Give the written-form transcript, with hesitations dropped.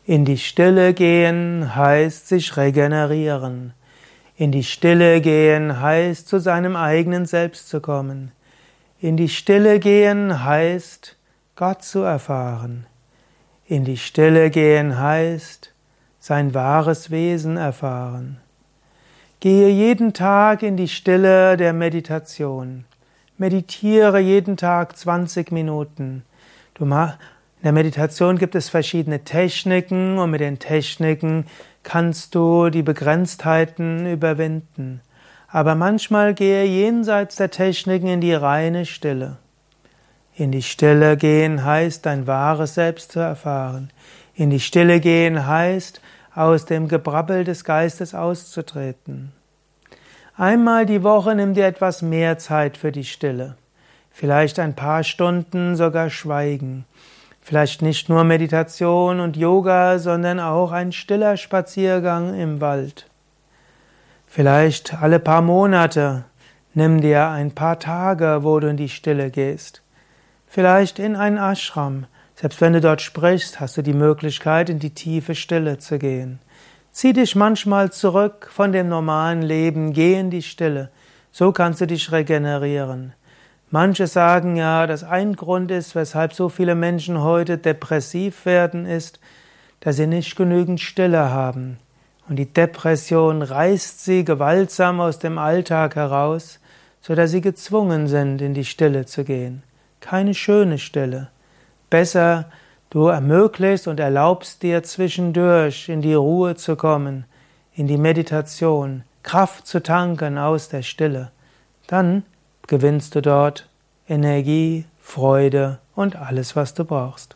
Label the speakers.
Speaker 1: In die Stille gehen heißt sich regenerieren. In die Stille gehen heißt zu seinem eigenen Selbst zu kommen. In die Stille gehen heißt Gott zu erfahren. In die Stille gehen heißt sein wahres Wesen erfahren. Gehe jeden Tag in die Stille der Meditation. Meditiere jeden Tag 20 Minuten. In der Meditation gibt es verschiedene Techniken und mit den Techniken kannst du die Begrenztheiten überwinden. Aber manchmal gehe jenseits der Techniken in die reine Stille. In die Stille gehen heißt, dein wahres Selbst zu erfahren. In die Stille gehen heißt, aus dem Gebrabbel des Geistes auszutreten. Einmal die Woche nimm dir etwas mehr Zeit für die Stille. Vielleicht ein paar Stunden sogar Schweigen. Vielleicht nicht nur Meditation und Yoga, sondern auch ein stiller Spaziergang im Wald. Vielleicht alle paar Monate nimm dir ein paar Tage, wo du in die Stille gehst. Vielleicht in einen Ashram. Selbst wenn du dort sprichst, hast du die Möglichkeit, in die tiefe Stille zu gehen. Zieh dich manchmal zurück von dem normalen Leben, geh in die Stille. So kannst du dich regenerieren. Manche sagen ja, dass ein Grund ist, weshalb so viele Menschen heute depressiv werden, ist, dass sie nicht genügend Stille haben. Und die Depression reißt sie gewaltsam aus dem Alltag heraus, sodass sie gezwungen sind, in die Stille zu gehen. Keine schöne Stille. Besser, du ermöglichst und erlaubst dir zwischendurch in die Ruhe zu kommen, in die Meditation, Kraft zu tanken aus der Stille. Dann gewinnst du dort Energie, Freude und alles, was du brauchst.